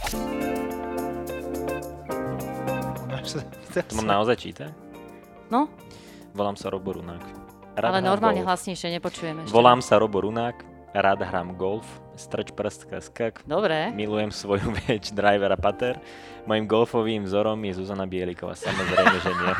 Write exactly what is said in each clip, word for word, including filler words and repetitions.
To mám naozaj čítať? No? Volám sa Robo Runák. Rád ale normálne golf. Hlasnejšie, nepočujeme ešte. Volám sa Robo Runák, rád hrám golf, strč prstka skak. Dobre. Milujem svoju vieč, driver a pater. Mojím golfovým vzorom je Zuzana Bieliková. Samozrejme, že nie.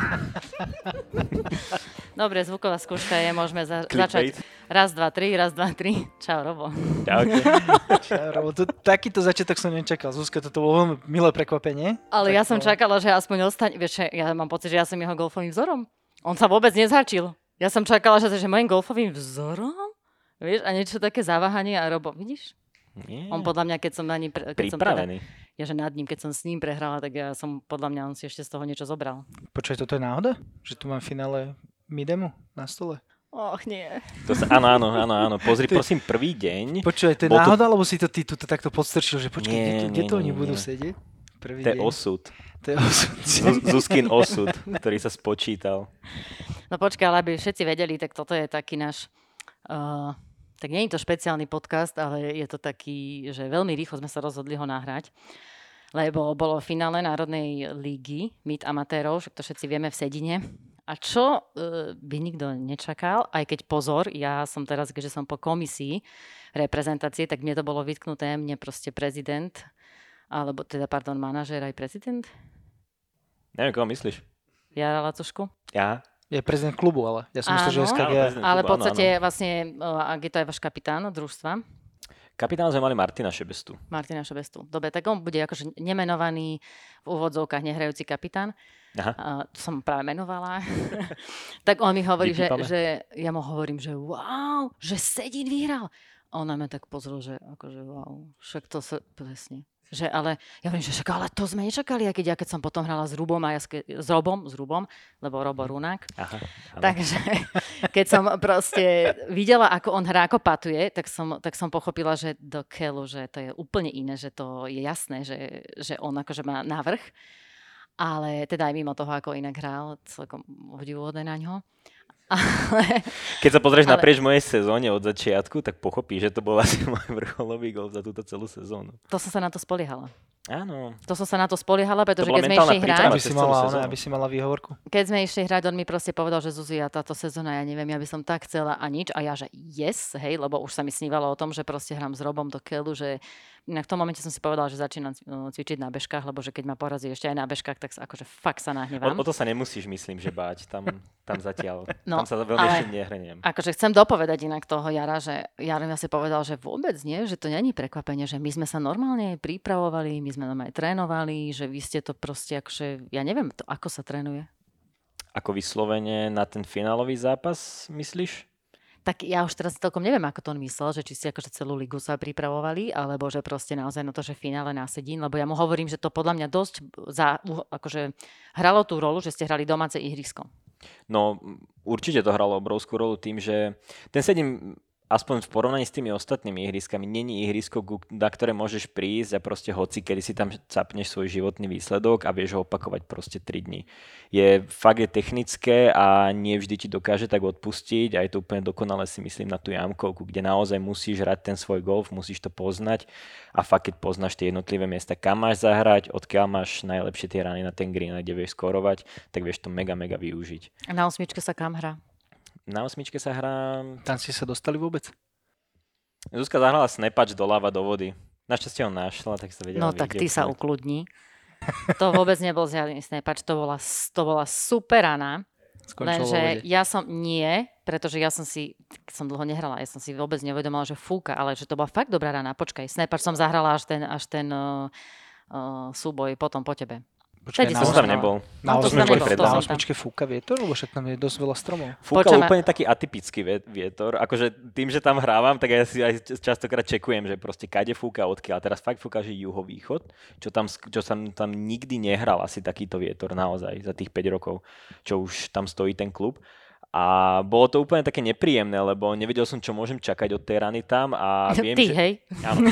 Dobre, zvuková skúška je, môžeme za- začať. Raz, dva, tri, raz, dva, tri. Čau, Robo. Čaute. Čau, Robo. To, takýto začiatok som nečakal. Zuzka, toto bolo veľmi milé prekvapenie. Ale tak ja som to... čakala, že aspoň ostane. Vieš, ja mám pocit, že ja som jeho golfovým vzorom. On sa vôbec nezhačil. Ja som čakala, že že mojím golfovým vzorom? Vieš, a niečo také zaváhanie a Robo, vidíš? Nie. On podľa mňa, keď som na ním... Pre, keď pripravený. Som teda, ja, že nad ním, keď som s ním prehrala, tak ja som, podľa mňa, on si ešte z toho niečo zobral. Počuj, toto je náhoda? Že tu mám finále Midemu na stole? Och, nie. To sa, áno, áno, áno, áno. Pozri, ty... prosím, prvý deň. Počuj, to je náhoda, to... alebo si to ty tu takto podstrčil, že počkaj, nie, kde, to, kde nie, to oni nie, budú nie. sedieť? Prvý to je deň. osud. To je osud. Zuzkin osud, ktorý sa spočítal. No počkaj, ale aby všetci vedeli, tak toto je taký náš... Uh, tak nie je to špeciálny podcast, ale je to taký, že veľmi rýchlo sme sa rozhodli ho nahrať, lebo bolo finále Národnej lígy Meet amatérov, však to všetci vieme v Sedine. A čo uh, by nikto nečakal, aj keď pozor, ja som teraz, keďže som po komisii reprezentácie, tak mne to bolo vytknuté, mne proste prezident, alebo teda, pardon, manažér aj prezident. Neviem, koho myslíš? Jara Lacošku? Ja. Je prezident klubu, ale ja som myslel, že es ká gé. Áno, ale v klubu, podstate áno, áno. vlastne, ak je to aj váš kapitán družstva. Kapitán sme mali Martina Šebestu. Martina Šebestu. Dobre, tak on bude akože nemenovaný, v úvodzovkách nehrajúci kapitán. Aha. A to som práve menovala. Tak on mi hovorí, že, že ja mu hovorím, že wow, že Sedin vyhral. A on na mňa tak pozrel, že akože wow, však to sa presne. Že ale, ja hovorím, že však, ale to sme nečakali, a keď ja keď som potom hrala s Rubom, a ja ske, s Robom, s Rubom, lebo Robo Runák. Aha, takže keď som proste videla, ako on hrá, ako patuje, tak som, tak som pochopila, že do keľu, že to je úplne iné, že to je jasné, že, že on akože má návrh. Ale teda aj mimo toho, ako inak hral, celkom obdivuhodné na ňo. Ale, keď sa pozrieš ale, naprieč mojej sezóne od začiatku, tak pochopíš, že to bol asi môj vrcholový gól za túto celú sezónu. To som sa na to spoliehala. Áno. To som sa na to spoliehala, pretože keď sme išli hrať... Aby si, mala, ne, aby si mala výhovorku. Keď sme išli hrať, on mi proste povedal, že Zuzi, ja táto sezóna, ja neviem, ja by som tak chcela a nič. A ja, že yes, hej, lebo už sa mi snívalo o tom, že proste hrám s Robom do keľu, že inak v tom momente som si povedala, že začínam cvičiť na bežkách, lebo že keď ma porazí ešte aj na bežkách, tak akože fakt sa nahnevám. O, o to sa nemusíš, myslím, že báť. Tam, tam zatiaľ. No, tam sa veľmi ešte nehrniem. Akože chcem dopovedať inak toho Jara, že Jaro mi asi povedal, že vôbec nie, že to není prekvapenie, že my sme sa normálne pripravovali, my sme normálne trénovali, že vy ste to proste akože, ja neviem, to ako sa trénuje. Ako vyslovene na ten finálový zápas, myslíš? Tak ja už teraz celkom neviem, ako to on myslel, že či si akože celú ligu sa pripravovali, alebo že proste naozaj na to, že finále na Sedín, lebo ja mu hovorím, že to podľa mňa dosť za, akože hralo tú rolu, že ste hrali domáce ihrisko. No, určite to hralo obrovskú rolu tým, že ten Sedín, aspoň v porovnaní s tými ostatnými ihriskami, není ihrisko, na ktoré môžeš prísť a proste hoci, kedy si tam capneš svoj životný výsledok a vieš ho opakovať proste tri dni. Je fakt je technické a nie vždy ti dokáže tak odpustiť a je to úplne dokonale, si myslím, na tú jamkovku, kde naozaj musíš hrať ten svoj golf, musíš to poznať a fakt keď poznáš tie jednotlivé miesta, kam máš zahrať, odkiaľ máš najlepšie tie rany na ten green, kde vieš skorovať, tak vieš to mega, mega využiť. A na osmičke sa kam hrá? Na osmičke sa hrá... Tam ste sa dostali vôbec? Zuzka zahrala snepač doľava do vody. Našťastie ho našla, tak sa vedela No tak ty sa ukludni. To vôbec nebol žiadny snepač, to bola, to bola super rana. Lenže ja som nie, pretože ja som si, som dlho nehrala, ja som si vôbec neuvedomala, že fúka, ale že to bola fakt dobrá rana. Počkaj, snepač som zahrala až ten, až ten uh, uh, súboj potom po tebe. Počkaj, na, tam nebol. Na, no, osmičke, na osmičke fúka vietor, lebo však tam je dosť veľa stromov. Fúka Počame. Úplne taký atypický vietor. Akože tým, že tam hrávam, tak ja si aj častokrát čekujem, že proste kade fúka, odkiaľ. Teraz fakt fúka, že juhovýchod, čo tam, čo som tam nikdy nehral asi takýto vietor naozaj za tých päť rokov, čo už tam stojí ten klub. A bolo to úplne také nepríjemné, lebo nevedel som, čo môžem čakať od tej rany tam. A viem, Ty, že... hej. Áno.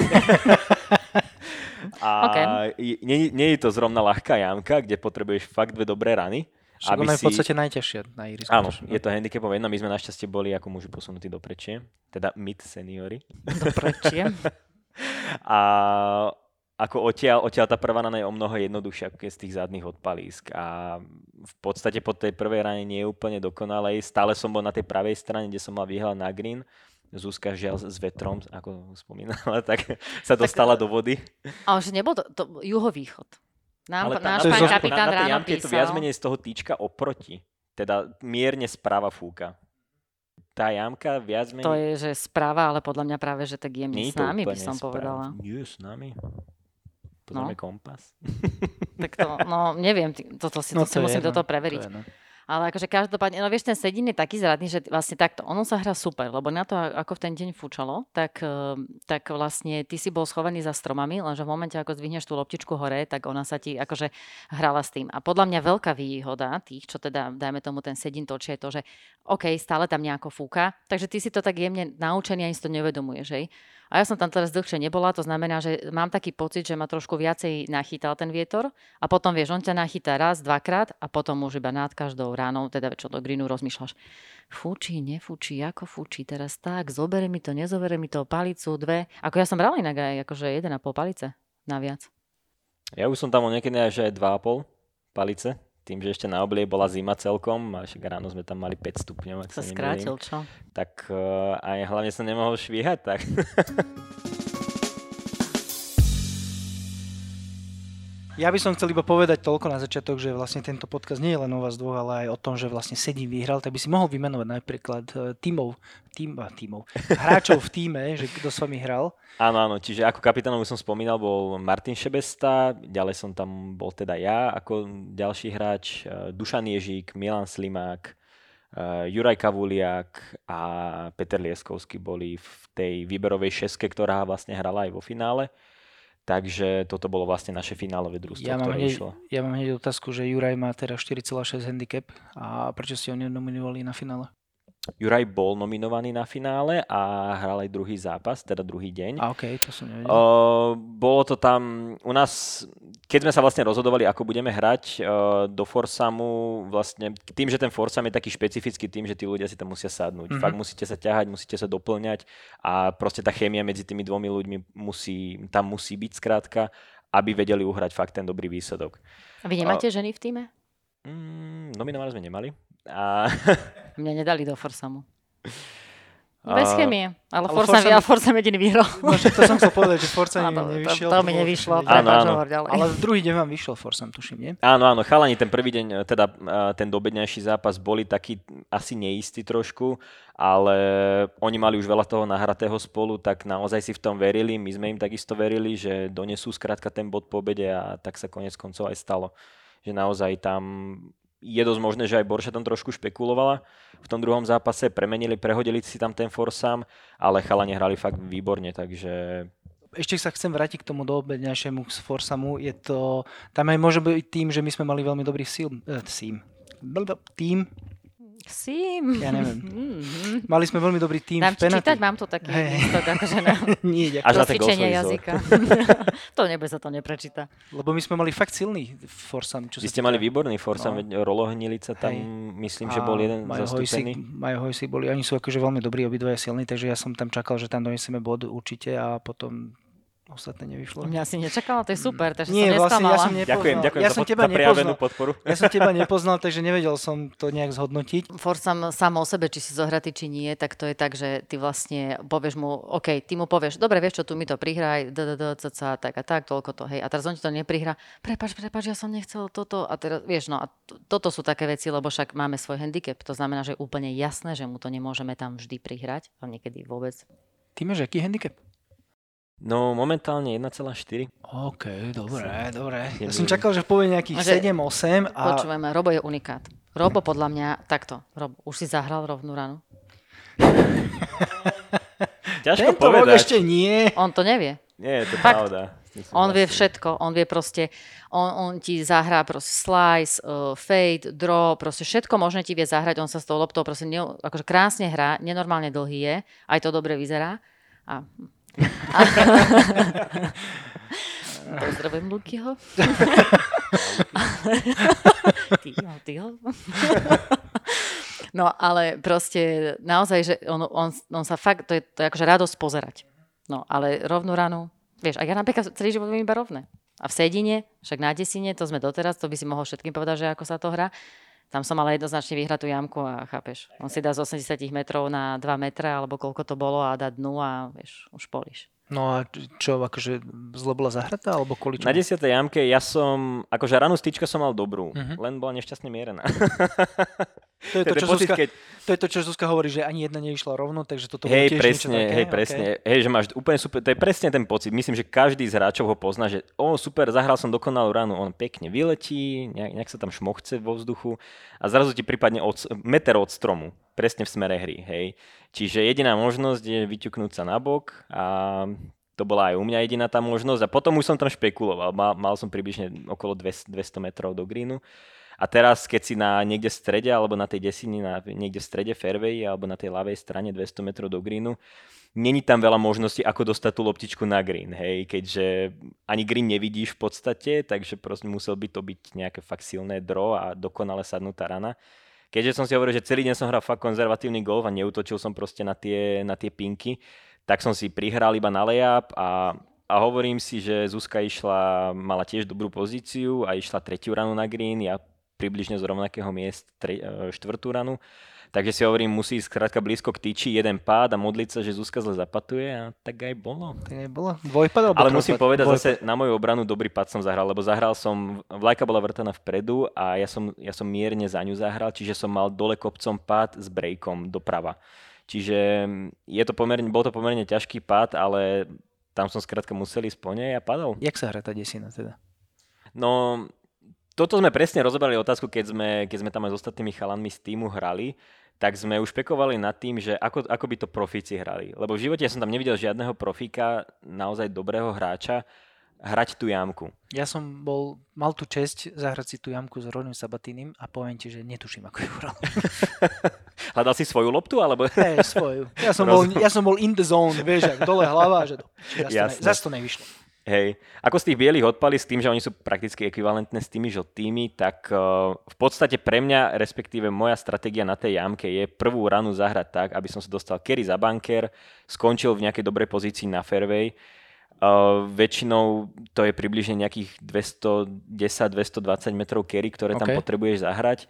A okay. nie, nie je to zrovna ľahká jamka, kde potrebuješ fakt dve dobré rany. Však ona je v podstate si... najťažšia na ihrisku. Áno, je to handicapové jedno. My sme našťastie boli ako muži posunutí do prečie. Teda mid seniory. Do prečie. A ako odtiaľ, odtiaľ tá prvá rana je o mnoho jednoduchšia ako z tých zadných odpalísk. A v podstate po tej prvej rane nie je úplne dokonalej. Stále som bol na tej pravej strane, kde som mal výhľad na green. Zuzka žiaľ s vetrom, ako spomínala, tak sa dostala tak, do vody. Ale že nebol to, to juhovýchod. Nám, ale tá, náš pán kapitán na, na ráno jamke je to viac menej z toho týčka oproti. Teda mierne správa fúka. Tá jamka viac menej... To je, že správa, ale podľa mňa práve, že tak jemne s nami, by som správa. Povedala. Nie, s nami. Pozrieme no. kompas. Tak to, no neviem, toto si, no, to si musím jedno. toto preveriť. To je, no. Ale akože každopádne, no vieš, ten sedín je taký zradný, že vlastne takto, ono sa hrá super, lebo na to, ako v ten deň fúčalo, tak, tak vlastne ty si bol schovaný za stromami, lenže v momente, ako zdvihneš tú loptičku hore, tak ona sa ti akože hrala s tým. A podľa mňa veľká výhoda tých, čo teda, dajme tomu, ten sedín točí, je to, že OK, stále tam nejako fúka, takže ty si to tak jemne naučený, ani si to neuvedomuješ, hej. A ja som tam teraz dlhšie nebola, to znamená, že mám taký pocit, že ma trošku viacej nachytal ten vietor a potom vieš, on ťa nachytá raz, dvakrát a potom už iba nad každou ránou, teda čo do greenu rozmýšľaš. Fúči, nefúči, ako fúči, teraz tak, zobere mi to, nezobere mi to, palicu, dve. Ako ja som brala inak aj akože jeden a pol palice naviac. Ja už som tam niekedy až aj dva a pol palice. Tým, že ešte na oblie bola zima celkom a však ráno sme tam mali päť stupňov. Ak sa skrátil, čo? Tak uh, aj hlavne som nemohol švíhať, tak... Ja by som chcel iba povedať toľko na začiatok, že vlastne tento podcast nie je len o vás dvoch, ale aj o tom, že vlastne Sedín vyhral, tak by si mohol vymenovať napríklad tímov, tím, tímov, hráčov v tíme, že kto s vami hral. Áno, áno, čiže ako kapitánov som spomínal, bol Martin Šebesta, ďalej som tam bol teda ja ako ďalší hráč, Dušan Ježík, Milan Slimák, Juraj Kavuliak a Peter Lieskovský boli v tej výberovej šeske, ktorá vlastne hrala aj vo finále. Takže toto bolo vlastne naše finálové družstvo, ja ktoré hneď, išlo. Ja mám hneď otázku, že Juraj má teraz štyri celá šesť handicap a prečo ste ho nenominovali na finále? Juraj bol nominovaný na finále a hral aj druhý zápas, teda druhý deň. A okej, okay, to som nevedel. Uh, bolo to tam u nás, keď sme sa vlastne rozhodovali, ako budeme hrať uh, do Forsamu, vlastne tým, že ten Forsam je taký špecifický tým, že tí ľudia si tam musia sadnúť. Mm-hmm. Fakt musíte sa ťahať, musíte sa doplňať a proste tá chémia medzi tými dvomi ľuďmi musí, tam musí byť skrátka, aby vedeli uhrať fakt ten dobrý výsledok. A vy nemáte uh, ženy v tíme? Mm, nominovali sme nemali. A... Mňa nedali do Forsamu. Bez chémie. Ale, ale Forsam, Forsam... ja Forsam jediný vyhral. No, to som chcel povedať, že Forsam áno, nevyšiel. To, to mi nevyšlo. Áno, áno. Ale v druhý deň vám vyšiel Forsam, tuším, nie? Áno, áno. Chalani, ten prvý deň, teda ten dobedňajší zápas boli taký asi neistý trošku, ale oni mali už veľa toho nahratého spolu, tak naozaj si v tom verili. My sme im takisto verili, že donesú skrátka ten bod po obede a tak sa konec koncov aj stalo. Že naozaj tam... Je dosť možné, že aj Borša tam trošku špekulovala. V tom druhom zápase premenili, prehodili si tam ten Forsam, ale chalani hrali fakt výborne, takže... Ešte sa chcem vrátiť k tomu doobedňajšiemu z Forsamu. Je to... Tam aj môže byť tým, že my sme mali veľmi dobrý sim. Eh, sim. Tým. Sim. Ja neviem. Mm-hmm. Mali sme veľmi dobrý tým Dám v penalty. čítať, mám tu taký hey. Listok, akože na Nie, až na cvičenie jazyka. To nebude sa to neprečíta. Lebo my sme mali fakt silný Forsam. Vy ste mali výborný Forsam, no. Rolohnilica tam hey. myslím, že bol jeden zastúpený. Majo Hojsík boli, oni sú akože veľmi dobrí, obidvaja silní, takže ja som tam čakal, že tam donesieme bod určite a potom... Ostatné nevyšlo. Mňa si nečakala, to je super, takže Nie, som vlastne nesklamala. Ja som nepoznal. Ďakujem, ďakujem ja za, som pod, teba za prejavenú nepoznal. podporu. Ja som teba nepoznal, takže nevedel som to nejak zhodnotiť. Forsam sám o sebe, či si zohratý, či nie, tak to je tak, že ty vlastne povieš mu, OK, ty mu povieš, dobre, vieš čo, tu mi to prihraj, tak a tak, toľko to, hej. A teraz on ti to neprihrá, prepáč, prepáč, ja som nechcel toto. A teraz, vieš, no a toto sú také veci, lebo však máme svoj handicap. To znamená, že je úplne jasné, že mu to nemôžeme tam vždy prihrať, a niekedy vôbec. Ty máš aký handicap? No momentálne jeden celá štyri. OK, dobre, dobre. Ja som čakal, že povie nejakých že... sedem osem. A... Počúvame, Robo je unikát. Robo podľa mňa, takto, Robo, už si zahral rovnú ranu? Ťažko Tento povedať. rok ešte nie. On to nevie. Nie, to je Fakt. pravda. On vie všetko, on vie proste, on, on ti zahrá proste slice, uh, fade, draw, proste všetko možné ti vie zahrať, on sa s tou loptou proste ne, akože krásne hrá, nenormálne dlhý je, aj to dobre vyzerá. A... A... Pozdravujem Lukyho. Tyho, tyho. No ale proste naozaj, že on, on, on sa fakt, to je, to je akože radosť pozerať. No ale rovnú ranu, Vieš, a ja napríklad celý život viem iba rovné. A v Sedine, však na Desine, to sme doteraz, to by si mohol všetkým povedať, že ako sa to hrá. Tam som mala jednoznačne vyhrať tú jamku a chápeš. On si dá z osemdesiat metrov na dva metre, alebo koľko to bolo a dá dnu a vieš, už políš. No a čo, akože zle bola zahratá, alebo kvôli čomu? Na desiatej jamke ja som, akože ranú styčku som mal dobrú, uh-huh. len bola nešťastne mierená. To je to, čo Zuzka, keď... to je to, čo Zuzka hovorí, že ani jedna neišla rovno, takže toto hej, bolo tiež presne, niečo také. Hej, presne, okay. Hej, že máš úplne super, to je presne ten pocit. Myslím, že každý z hráčov ho pozná, že o, super, zahral som dokonalú ranu, on pekne vyletí, nejak, nejak sa tam šmochce vo vzduchu a zrazu ti prípadne od, meter od stromu, presne v smere hry, hej. Čiže jediná možnosť je vyťuknúť sa nabok a to bola aj u mňa jediná tá možnosť a potom už som tam špekuloval. Mal, mal som približne okolo dvesto metrov do greenu. A teraz, keď si na niekde v strede, alebo na tej desini, na, niekde v strede fairway, alebo na tej ľavej strane dvesto metrov do greenu, není tam veľa možností, ako dostať tú loptičku na green, hej, keďže ani green nevidíš v podstate, takže proste musel by to byť nejaké fakt silné draw a dokonale sadnutá rana. Keďže som si hovoril, že celý deň som hral fakt konzervatívny golf a neútočil som proste na tie, na tie pinky, tak som si prihral iba na layup a, a hovorím si, že Zuzka išla, mala tiež dobrú pozíciu a išla tretiu ranu na green, ja približne z rovnakého miesta tre, štvrtú ranu. Takže si hovorím, musí ísť skrátka blízko k tyči, jeden pád a modliť sa, že Zuzka zle zapatuje a tak aj bolo. Tak aj bolo. Dvojpad alebo Ale musím povedať dvojpad. Zase na moju obranu dobrý pad som zahral, lebo zahral som, vlajka bola vrtaná vpredu a ja som, ja som mierne za ňu zahral, čiže som mal dole kopcom pád s breakom doprava. Čiže je to pomerne, bol to pomerne ťažký pád, ale tam som skrátka musel ísť po nej a padol. Jak sa hrá tá desina teda? No, toto sme presne rozobrali otázku, keď sme, keď sme tam aj s ostatnými chalanmi z týmu hrali, tak sme už špekovali nad tým, že ako, ako by to profíci hrali. Lebo v živote ja som tam nevidel žiadneho profíka, naozaj dobrého hráča, hrať tú jamku. Ja som bol, mal tú česť zahrať si tú jamku s Ronim Sabatínim a poviem ti, že netuším, ako ju hral. Hľadal si svoju loptu, alebo? Ne, svoju. Ja som, bol, ja som bol in the zone, vieš, ak dole hlava, že zase to nevyšlo. Hej, ako z tých bielých odpali s tým, že oni sú prakticky ekvivalentné s tými žltými, tak uh, v podstate pre mňa, respektíve moja stratégia na tej jamke je prvú ranu zahrať tak, aby som sa dostal carry za bunker, skončil v nejakej dobrej pozícii na fairway. Uh, väčšinou to je približne nejakých dvestodesať dvestodvadsať metrov carry, ktoré okay. tam potrebuješ zahrať.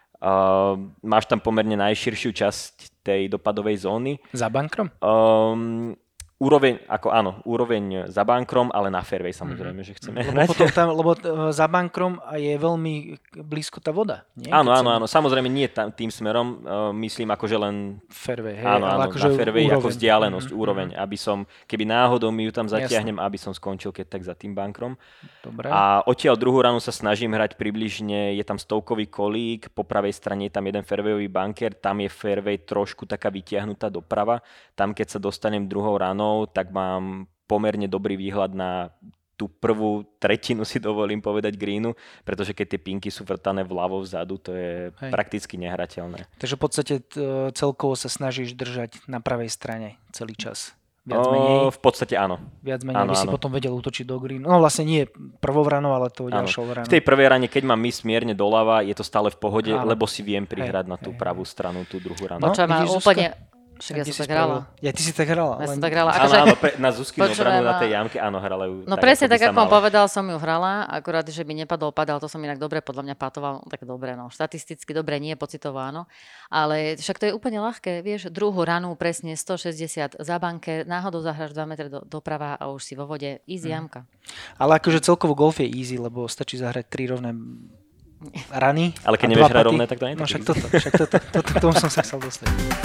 Uh, máš tam pomerne najširšiu časť tej dopadovej zóny. Za bunkrom? Um, Úroveň, ako áno, úroveň za bankrom, ale na fairway samozrejme, že chceme hrať. Lebo, tam, lebo za bankrom je veľmi blízko tá voda. Nie? Áno, áno, áno, samozrejme nie tam, tým smerom, uh, myslím akože len... Fairway, hej. Áno, áno, akože na fairway úroveň. Ako vzdialenosť, mm-hmm. úroveň, aby som, keby náhodou mi ju tam zatiahnem, Jasne. Aby som skončil keď tak za tým bankrom. Dobre. A odtiaľ druhú ranu sa snažím hrať približne, je tam stovkový kolík, po pravej strane je tam jeden fairwayový bunker, tam je fairway trošku taká vytiahnutá doprava, tam keď sa dostanem druhou ranou, tak mám pomerne dobrý výhľad na tú prvú tretinu, si dovolím povedať, greenu, pretože keď tie pinky sú vrtané vľavo vzadu, to je Hej. prakticky nehrateľné. Takže v podstate t- celkovo sa snažíš držať na pravej strane celý čas. Viac menej? O, v podstate áno. Viac menej, áno, aby áno. si potom vedel útočiť do greenu. No vlastne nie prvou ranou, ale tou ďalšou ranou. V tej prvej rane, keď mám mis mierne doľava, je to stále v pohode, áno. lebo si viem prihrať Hej. na tú pravú stranu, tú druhú ranu. No, čo má úplne... Však ja som tak hrala. Ja, ty si tak hrala. Ja len... som tak hrala. Áno, áno, pre, na Zuzkinu obranu na tej jamke, áno, hrala ju. No tak, presne tak, ako on povedal, som ju hrala, akurát, že by nepadol, padal, to som inak dobre, podľa mňa patoval, tak dobre, no, štatisticky dobre, nie pocitovo, áno. Ale však to je úplne ľahké, vieš, druhú ranu, presne stošesťdesiat za banke, náhodou zahráš dva metre do, doprava a už si vo vode, easy hmm. jamka. Ale akože celkovo golf je easy, lebo stačí zahrať tri rovné rany. Ale keď nevieš hrať rovné, tak to nie je no, však toto, však toto, toto, k tomu som sa chcel dostať.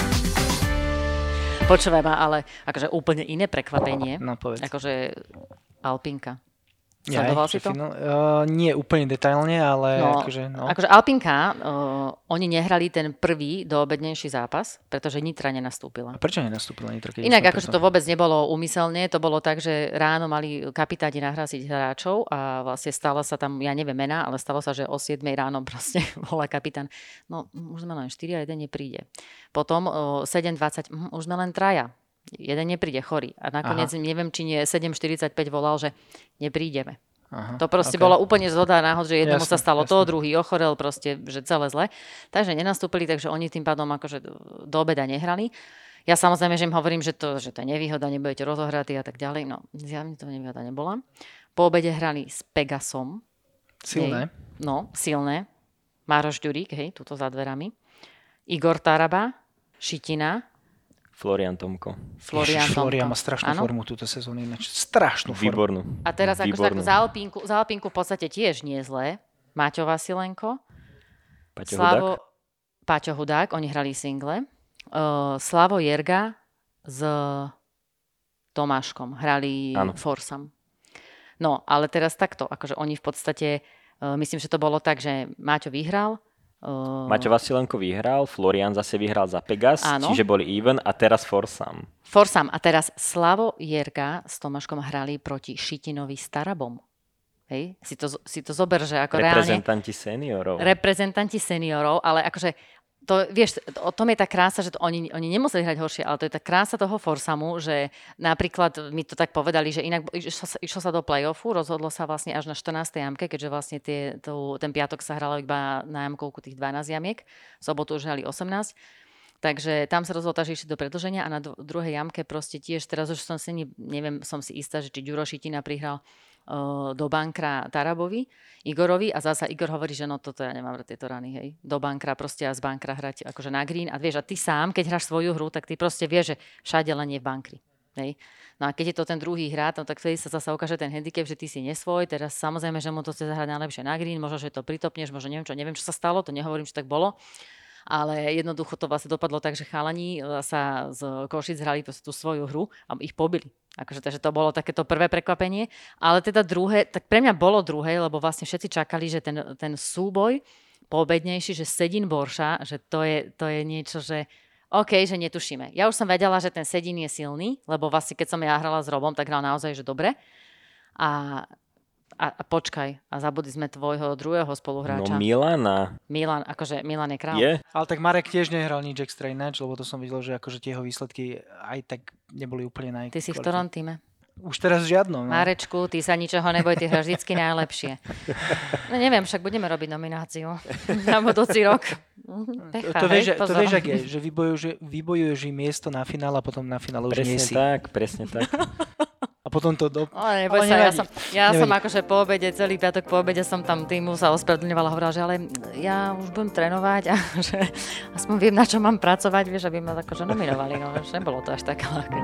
Počúvaj ma, ale akože úplne iné prekvapenie. No, povedz. Akože Alpinka. Sledoval si to? Uh, nie úplne detailne, ale no, akože... No. Akože Alpinka, uh, oni nehrali ten prvý doobednejší zápas, pretože Nitra nenastúpila. A prečo nenastúpila Nitra? Inak akože to vôbec nebolo úmyselne, to bolo tak, že ráno mali kapitáni nahrásiť hráčov a vlastne stalo sa tam, ja neviem mená, ale stalo sa, že o siedmej ráno proste volá kapitán. No, už sme len štyri a jeden nepríde. Potom uh, sedem dvadsať, uh, už sme len traja. Jeden nepríde chorý. A nakoniec Aha. neviem, či nie sedem štyridsaťpäť volal, že neprídeme. Aha, to proste okay. bola úplne zhoda náhod, že jednomu jasne, sa stalo jasne. to, druhý ochorel, proste, že celé zle. Takže nenastúpili, takže oni tým pádom akože do obeda nehrali. Ja samozrejme, že im hovorím, že to, že to je nevýhoda, nebudete rozohratí a tak ďalej. No, zjavne to nevýhoda nebola. Po obede hrali s Pegasom. Silné. Hej. No, silné. Mároš Ďurík, hej, tuto za dverami. Igor Taraba, Šitina. Florian Tomko. Florian Tomko. Florian má strašnú ano? formu túto sezónu. Strašnú formu. Výbornú. A teraz ako tak za Alpínku, za Alpínku v podstate tiež nie zlé. Maťo Vasilenko. Paťo Slavo, Hudák. Paťo Hudák, oni hrali single. Uh, Slavo Jerga s Tomáškom hrali ano. Forsam. No, ale teraz takto, akože oni v podstate, uh, myslím, že to bolo tak, že Maťo vyhral. Uh... Maťo Vasilenko vyhral, Florian zase vyhral za Pegas, áno. Čiže boli even a teraz Forsam. Forsam a teraz Slavo Jerga s Tomáškom hrali proti Šitinovi s Tarabom. Hej, si to, si to zober, že ako reprezentanti reálne... seniorov. Reprezentanti seniorov, ale akože to, vieš, o tom je tá krása, že to oni, oni nemuseli hrať horšie, ale to je tá krása toho Forsamu, že napríklad mi to tak povedali, že inak išlo sa, išlo sa do play-offu, rozhodlo sa vlastne až na štrnástej jamke, keďže vlastne tie, to, ten piatok sa hralo iba na jamkovku tých dvanásť jamiek, v sobotu už hrali osemnásť. Takže tam sa rozhodlo, že išli do predĺženia a na druhej jamke proste tiež, teraz už som si, neviem, som si istá, že či Ďuro Šitina prihral do bankra Tarabovi, Igorovi a zasa Igor hovorí, že no toto ja nemám rád tieto rany, hej. Do bankra proste a z bankra hrať akože na green a vieš, a ty sám, keď hráš svoju hru, tak ty proste vieš, že všade len nie v bankri, hej. No a keď je to ten druhý hrát, no tak vtedy sa zase ukáže ten handicap, že ty si nesvoj, teraz samozrejme, že mu to chce zahrať najlepšie na green, možno, že to pritopneš, možno neviem čo, neviem čo sa stalo, to nehovorím, že tak bolo. Ale jednoducho to vlastne dopadlo tak, že chalani sa z Košic hrali tú svoju hru a ich pobili. Akože, takže to bolo takéto prvé prekvapenie. Ale teda druhé, tak pre mňa bolo druhé, lebo vlastne všetci čakali, že ten, ten súboj poobednejší, že Sedin Borša, že to je, to je niečo, že OK, že netušíme. Ja už som vedela, že ten Sedin je silný, lebo vlastne keď som ja hrala s Robom, tak hral naozaj, že dobre. A A, a počkaj, a zabudli sme tvojho druhého spoluhráča. No Milana. Milan, akože Milan je král. Je. Ale tak Marek tiež nehral nič extra ináč, lebo to som videl, že akože tie jeho výsledky aj tak neboli úplne najkvalitnejšie. Ty si v ktorom týme? Už teraz žiadno. No. Marečku, ty sa ničoho neboj, ty hráš vždycky najlepšie. No neviem, však budeme robiť nomináciu na budúci rok. Pecha, to, to, vieš, hej, to vieš, ak je, že vybojuješ, vybojuješ miesto na finále a potom na finále už nie si. Presne tak, presne tak. A potom to do... Ale neboj sa, ja som, ja som akože po obede, celý piatok po obede som tam týmu sa ospravedlňovala, hovorila, že ale ja už budem trénovať a že aspoň viem, na čo mám pracovať, vieš, aby ma akože nominovali, no že nebolo to až také ľahké.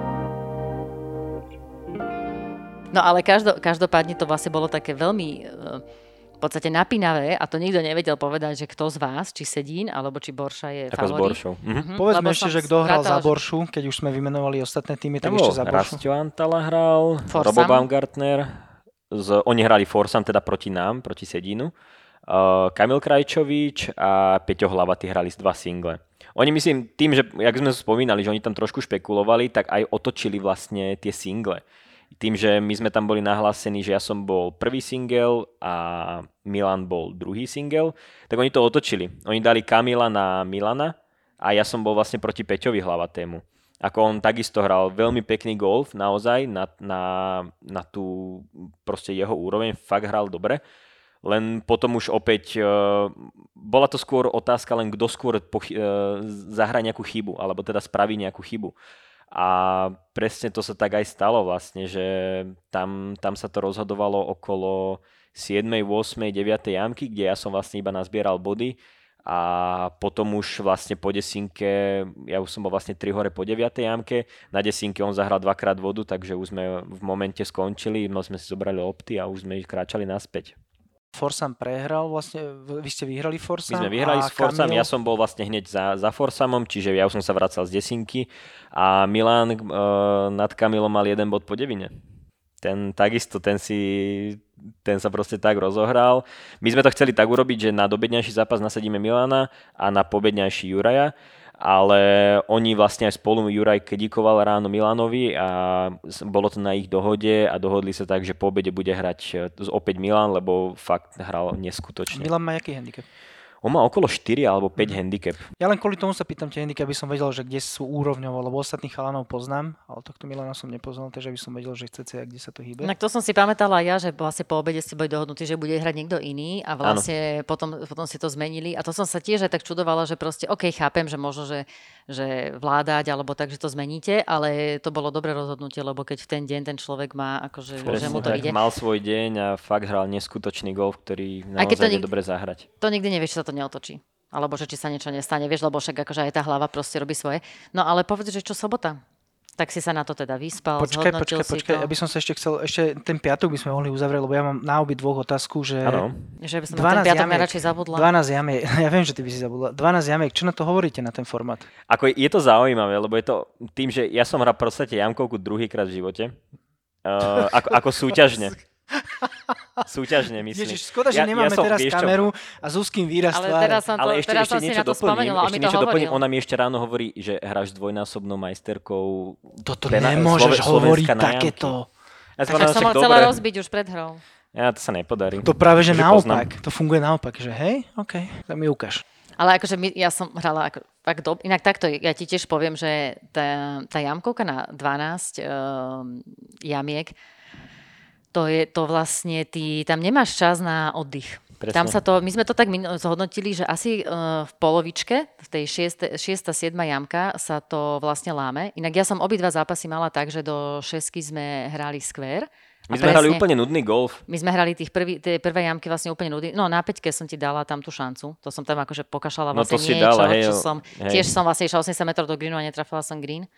No ale každo, každopádne to vlastne bolo také veľmi v podstate napínavé a to nikto nevedel povedať, že kto z vás, či Sedín, alebo či Borša je ako favorit. Ako s Boršou. Mhm. Povedzme ešte, že kto hral za Boršu, keď už sme vymenovali ostatné týmy, tak ešte za Boršu. Rastio Antala hral, Forsam. Robo Baumgartner, z, oni hrali Forsam teda proti nám, proti Sedínu. Uh, Kamil Krajčovič a Peťo Hlavatý hrali z dva single. Oni myslím, tým, že, jak sme spomínali, že oni tam trošku špekulovali, tak aj otočili vlastne tie single. Tým, že my sme tam boli nahlásení, že ja som bol prvý single a Milan bol druhý single, tak oni to otočili. Oni dali Kamila na Milana a ja som bol vlastne proti Peťovi Hlavatému. Ako on takisto hral veľmi pekný golf, naozaj, na, na, na tú proste jeho úroveň, fakt hral dobre. Len potom už opäť, uh, bola to skôr otázka, len kto skôr pochy- uh, zahrá nejakú chybu, alebo teda spraví nejakú chybu. A presne to sa tak aj stalo vlastne, že tam, tam sa to rozhodovalo okolo siedmej, ôsmej, deviatej jamky, kde ja som vlastne iba nazbieral body a potom už vlastne po desinke, ja už som bol vlastne tri hore po deviatej jamke, na desinke on zahral dvakrát vodu, takže už sme v momente skončili, no sme si zobrali lopty a už sme kráčali naspäť. Forsam prehral, vlastne, vy ste vyhrali Forsam. My sme vyhrali s Forsam, Kamil... ja som bol vlastne hneď za, za Forsamom, čiže ja už som sa vracal z desinky a Milan e, nad Kamilom mal jeden bod po devine. Ten takisto, ten si, ten sa proste tak rozohral. My sme to chceli tak urobiť, že na dobedňajší zápas nasadíme Milana a na pobedňajší Juraja, ale oni vlastne aj spolu Juraj kedíkoval ráno Milanovi a bolo to na ich dohode a dohodli sa tak, že po obede bude hrať opäť Milan, lebo fakt hral neskutočne. Milan má aký handicap? On má okolo štyri alebo päť hmm. handicap. Ja len kvôli tomu sa pýtam tie handicap, aby som vedel, že kde sú úrovňovo, lebo ostatných chalanov poznám, ale tohto Milana som nepoznal, takže aby som vedel, že cca kde sa to hýbe. Tak to som si pamätala ja, že vlastne po obede ste boli dohodnutí, že bude hrať niekto iný a vlastne potom, potom si to zmenili a to som sa tiež aj tak čudovala, že proste OK, chápem, že možno, že, že vládať alebo tak, že to zmeníte, ale to bolo dobré rozhodnutie, lebo keď v ten deň ten človek má akože, že mu to ide. Mal svoj deň a fakt hral neskutočný golf, ktorý naozaj je dobre zahrať. To nikdy nevieš, či sa to neotočí. Alebo že či sa niečo nestane, vieš, lebo však akože aj tá hlava proste robí svoje. No ale povedz, že čo sobota? Tak si sa na to teda vyspal, počkaj, zhodnotil počkaj, si počkaj, to. Ja by som sa ešte chcel, ešte ten piatok by sme mohli uzavrieť, lebo ja mám na obi dvoch otázku, že... Áno. Že by som na ten piatok jamiek, radšej zabudla. dvanásť jamiek, ja viem, že ty by si zabudla. dvanásť jamiek, čo na to hovoríte, na ten formát? Ako je to zaujímavé, lebo je to tým, že ja som hral v podstate jamkovku druhýkrát v živote. Uh, ako, ako súťažne. Súťažne, myslím. Ježiš, škoda, že ja, nemáme ja som, teraz kameru a Zuzkým výraz ale teraz som to, ale ešte, teraz ešte som niečo si na to doplním, spomenula, ešte niečo doplním. Ona mi ešte ráno hovorí, že hráš dvojnásobnou majsterkou. Toto nemôžeš hovoriť takéto. Ja tak som ho chcela rozbiť už pred hrou. Ja, to sa nepodarí. To práve, že naopak. Poznám. To funguje naopak, že hej, OK, tak mi ukáž. Ale akože my, ja som hrala ako, tak dob- inak takto, ja ti tiež poviem, že tá, tá jamkovka na dvanásť um, jamiek, to je to vlastne, ty tam nemáš čas na oddych. Presne. Tam sa to, my sme to tak zhodnotili, že asi uh, v polovičke, v tej šiesta siedma jamka sa to vlastne láme. Inak ja som obidva zápasy mala tak, že do šesky sme hrali square. My sme presne, hrali úplne nudný golf. My sme hrali tých prvý, tie prvé jamky vlastne úplne nudný. No na päťke som ti dala tam tú šancu. To som tam akože pokašala vlastne no to niečo. Dala, hej, čo som, hej. Tiež som vlastne išla osemdesiat metrov do greenu a netrafila som green.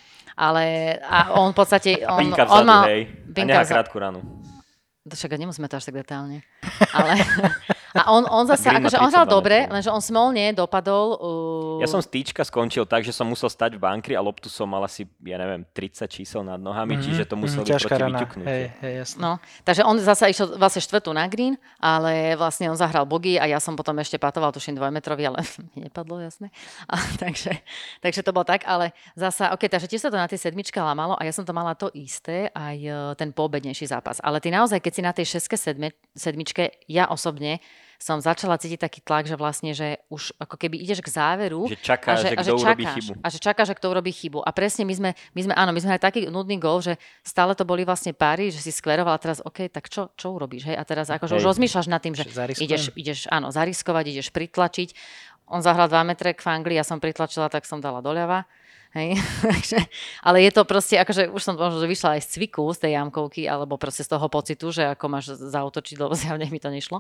Ale a on v podstate... On, pinka on vzadu, mal, hej. A nechá krátku ranu. Však nemusíme to až tak detálne. Ale, a on, on zase, akože on hral dobre, lenže on smolne dopadol. Uh... Ja som z týčka skončil tak, že som musel stať v bankri a loptu som mal asi, ja neviem, tridsať čísel nad nohami, mm-hmm. čiže to musel byť proti vyťuknúť. Hej, hej, jasne. No, takže on zase išiel vlastne štvrtú na green, ale vlastne on zahral bogy a ja som potom ešte patoval, tuším dvojmetrový, ale nepadlo, jasné. A, takže, takže to bolo tak, ale zasa, ok, takže tiež sa to na tej sedmičke lámalo a ja som to mala to isté, aj ten poobednejší zápas. Ale ty naozaj, keď si na tej šeske sedme, sedmičke, ja osobne som začala cítiť taký tlak, že vlastne, že už ako keby ideš k záveru. Že čaká, a že, že a kto že urobí čakáš, chybu. A že čaká, že kto urobí chybu. A presne my sme, my sme áno, my sme hrali taký nudný gól, že stále to boli vlastne páry, že si skveroval a teraz OK, tak čo, čo urobíš? Hej? A teraz akože už rozmýšľaš nad tým, že ideš, ideš áno, zariskovať, ideš pritlačiť. On zahral dva metre k fangli, ja som pritlačila, tak som dala doľava. Hej. Ale je to proste, akože už som možno vyšla aj z cviku, z tej jamkovky, alebo proste z toho pocitu, že ako máš zautočiť, lebo zjavne mi to nešlo.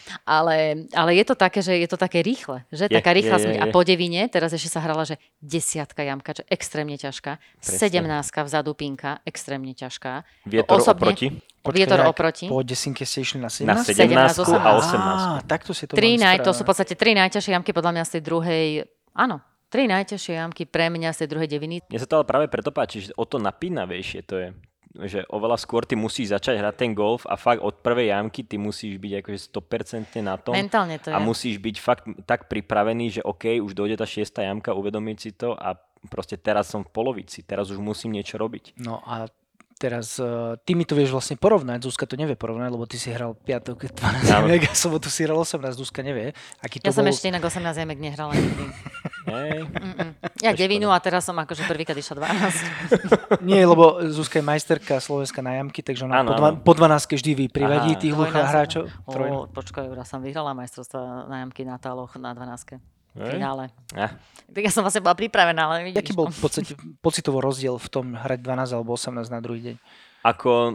Ale, ale je to také, že je to také rýchle, že? Je, taká rýchla smrť. A po devine, teraz ešte sa hrala, že desiatka jamka, čo extrémne ťažká, sedemnáctka vzadu pinka, extrémne ťažká. Vietor osobne, oproti? Počkej, vietor oproti. Po desinke ste išli na sedemnásť? Na sedemnásť sedemnásť a osemnásť. Á, takto si to tri naj, to sú v podstate tri najťažšie jamky, podľa mňa z tej druhej, áno. Tri najťažšie jamky pre mňa z tej druhej deviny. Mne sa to ale práve preto páči, že o to napínavejšie to je. Že oveľa skôr ty musíš začať hrať ten golf a fakt od prvej jamky ty musíš byť akože sto percent na tom. Mentálne to je. A musíš byť fakt tak pripravený, že OK, už dojde tá šiesta jamka, uvedomiť si to a proste teraz som v polovici, teraz už musím niečo robiť. No a teraz uh, ty mi to vieš vlastne porovnať, Zuzka to nevie porovnať, lebo ty si hral piatok dvanásť jamek a sobotu si hral osemnásť, Zuzka nevie. Aký to ja som bol... ešte inak osemnásť jamek nehrala nikdy. Hey. Ja devinu a teraz som akože prvýkrát išla dvanásť. Nie, lebo Zuzka je majsterka Slovenska na jamky, takže ona ano, po, dva, po dvanástke vždy privadí tých hráčov. Ó, počkaj, ja som vyhrala majstrovstva na jamky na táloch na dvanástke. V finále. Ja. Tak ja som vlastne bola pripravená, ale vidíš. Aký bol v podstate pocitovo rozdiel v tom hrať dvanásť alebo osemnásť na druhý deň? Ako,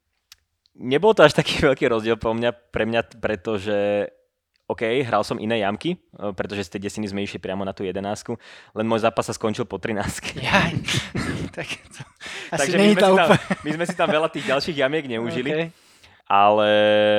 nebol to až taký veľký rozdiel pre mňa, pre mňa pretože OK, hral som iné jamky, pretože z tej desiny sme išli priamo na tú jedenásku, len môj zápas sa skončil po trinástke. Jaj, tak to asi Takže my sme, tam, my sme si tam veľa tých ďalších jamiek neužili. Okay. Ale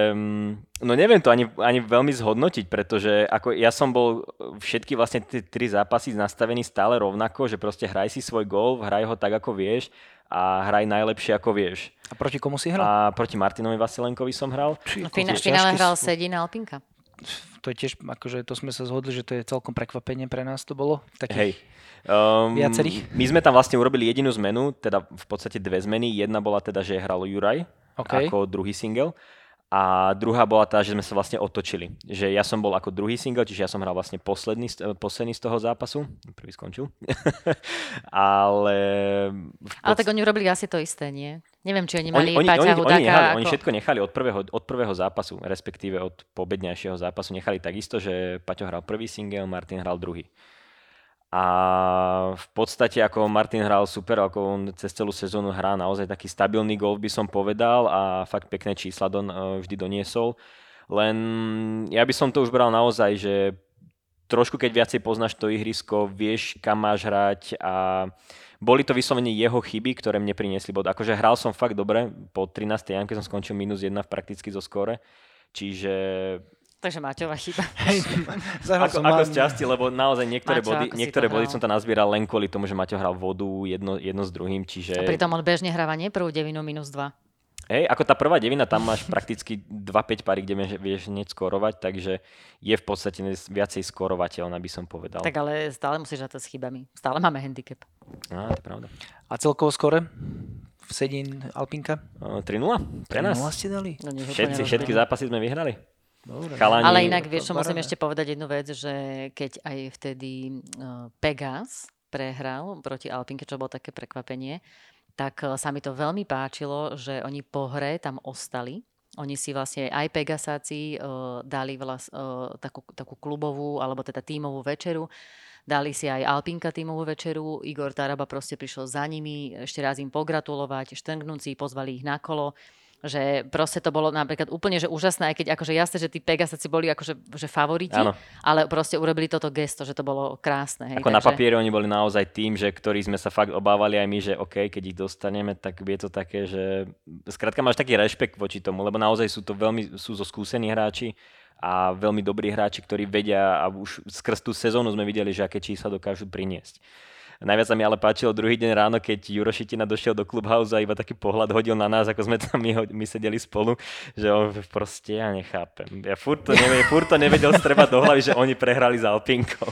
no neviem to ani, ani veľmi zhodnotiť, pretože ako ja som bol všetky vlastne tie tri zápasy nastavený stále rovnako, že proste hraj si svoj golf, hraj ho tak, ako vieš a hraj najlepšie, ako vieš. A proti komu si hral? A proti Martinovi Vasilenkovi som hral. V finále hral Sedin a Alpinka. To je tiež, akože to sme sa zhodli, že to je celkom prekvapenie pre nás to bolo. Hej. Um, viacerých. My sme tam vlastne urobili jedinú zmenu, teda v podstate dve zmeny. Jedna bola teda, že hral Juraj, okay, ako druhý single. A druhá bola tá, že sme sa vlastne otočili. Že ja som bol ako druhý single, čiže ja som hral vlastne posledný, posledný z toho zápasu. Prvý skončil. Ale... Podst- Ale tak oni robili asi to isté, nie? Neviem, či oni mali oni, Paťa oni, Hudáka. oni, nechali, ako... oni všetko nechali od prvého, od prvého zápasu, respektíve od pobednejšieho zápasu. Nechali takisto, že Paťo hral prvý single, Martin hral druhý. A v podstate ako Martin hral super, ako on cez celú sezónu hrá naozaj taký stabilný golf, by som povedal, a fakt pekné čísla don, vždy doniesol. Len ja by som to už bral naozaj, že trošku keď viacej poznáš to ihrisko, vieš kam máš hrať a boli to vyslovene jeho chyby, ktoré mne priniesli bod. Akože hral som fakt dobre, po trinástej jamke som skončil minus jedna prakticky zo skóre, čiže... Takže Maťová chyba. ako, ako z časti, lebo naozaj niektoré Maťo, body, niektoré body som tam nazbieral len kvôli tomu, že Maťo hral vodu jedno, jedno s druhým, čiže... A pritom on bežne hráva nie prvú devinu minus dva. Hej, ako tá prvá devina, tam máš prakticky dva päť páry, kde vieš hneď skórovať, takže je v podstate viacej skórovateľná, by som povedal. Tak ale stále musíš na to s chybami. Stále máme handicap. Á, to je pravda. A celkovo skóre? V Sedín Alpinka? Uh, tri nula pre nás. tri nula ste dali? No, Všetci, všetky zápasy sme vyhrali. Dobre. Chalani, ale inak, vieš, čo musím ešte povedať jednu vec, že keď aj vtedy uh, Pegas prehral proti Alpinke, čo bolo také prekvapenie, tak uh, sa mi to veľmi páčilo, že oni po hre tam ostali. Oni si vlastne aj Pegasáci uh, dali vlast, uh, takú, takú klubovú, alebo teda tímovú večeru. Dali si aj Alpinka tímovú večeru. Igor Taraba proste prišiel za nimi, ešte raz im pogratulovať, štrngnúci, pozvali ich na kolo. Že proste to bolo napríklad úplne že úžasné, aj keď akože jasné, že tí Pegasáci boli akože že favoriti, áno. Ale proste urobili toto gesto, že to bolo krásne. Hej, ako takže... na papieri oni boli naozaj tým, že ktorí sme sa fakt obávali aj my, že OK, keď ich dostaneme, tak je to také, že skrátka máš taký rešpekt voči tomu, lebo naozaj sú to veľmi, sú zo skúsení hráči a veľmi dobrí hráči, ktorí vedia a už skrz tú sezónu sme videli, že aké čísla dokážu priniesť. Najviac sa mi ale páčilo druhý deň ráno, keď Juro Šitina došiel do Clubhouse a iba taký pohľad hodil na nás, ako sme tam my, my sedeli spolu, že on proste, ja nechápem. Ja furt to, nevie, furt to nevedel strebať do hlavy, že oni prehrali s Alpinkou.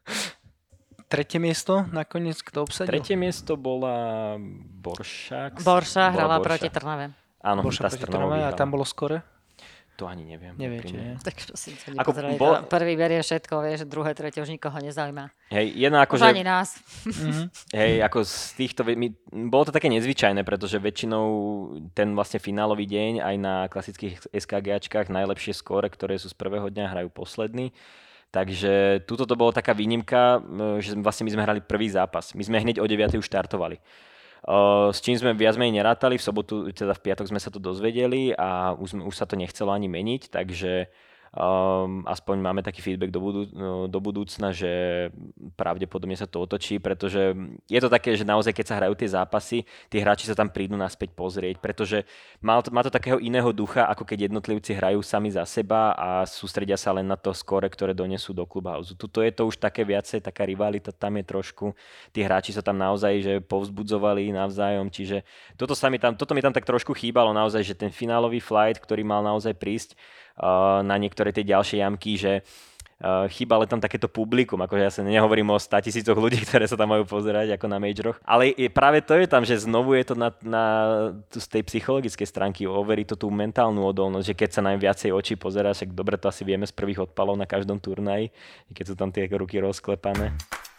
Tretie miesto nakoniec kto obsadil? Tretie miesto bola Boršák. Borša hrala Borša. Proti Trnave. Áno, Borša proti Trnave a tam bolo skore? To ani neviem. Neviete, nie? Tak prosím sa nepozerali. Bol... Prvý berie všetko, vieš, druhé, tretie už nikoho nezaujíma. Hej, jedna ako, už že... ani nás. Hej, ako z týchto... My... Bolo to také nezvyčajné, pretože väčšinou ten vlastne finálový deň aj na klasických SKGačkách najlepšie skóre, ktoré sú z prvého dňa, hrajú posledný. Takže túto to bolo taká výnimka, že vlastne my sme hrali prvý zápas. My sme hneď o deviatej už štartovali. Uh, s čím sme viac menej nerátali, v sobotu, teda v piatok sme sa to dozvedeli a už, už sa to nechcelo ani meniť, takže um, aspoň máme taký feedback do, budú, do budúcna, že pravdepodobne sa to otočí, pretože je to také, že naozaj keď sa hrajú tie zápasy, tí hráči sa tam prídu naspäť pozrieť, pretože má to, má to takého iného ducha, ako keď jednotlivci hrajú sami za seba a sústredia sa len na to skóre, ktoré donesú do Clubhouse. Tuto je to už také viacej, taká rivalita tam je trošku, tí hráči sa tam naozaj že povzbudzovali navzájom, čiže toto, sa mi tam, toto mi tam tak trošku chýbalo naozaj, že ten finálový flight, ktorý mal naozaj prísť uh, na niektoré tie ďalšie jamky, že Uh, chýba ale tam takéto publikum, akože ja sa nehovorím o státisícoch ľudí, ktoré sa tam majú pozerať ako na majoroch, ale je, práve to je tam, že znovu je to na, na, z tej psychologickej stránky, overí to tú mentálnu odolnosť, že keď sa nám viacej očí pozerá, však dobre to asi vieme z prvých odpalov na každom turnaji, keď sú tam tie ruky rozklepané.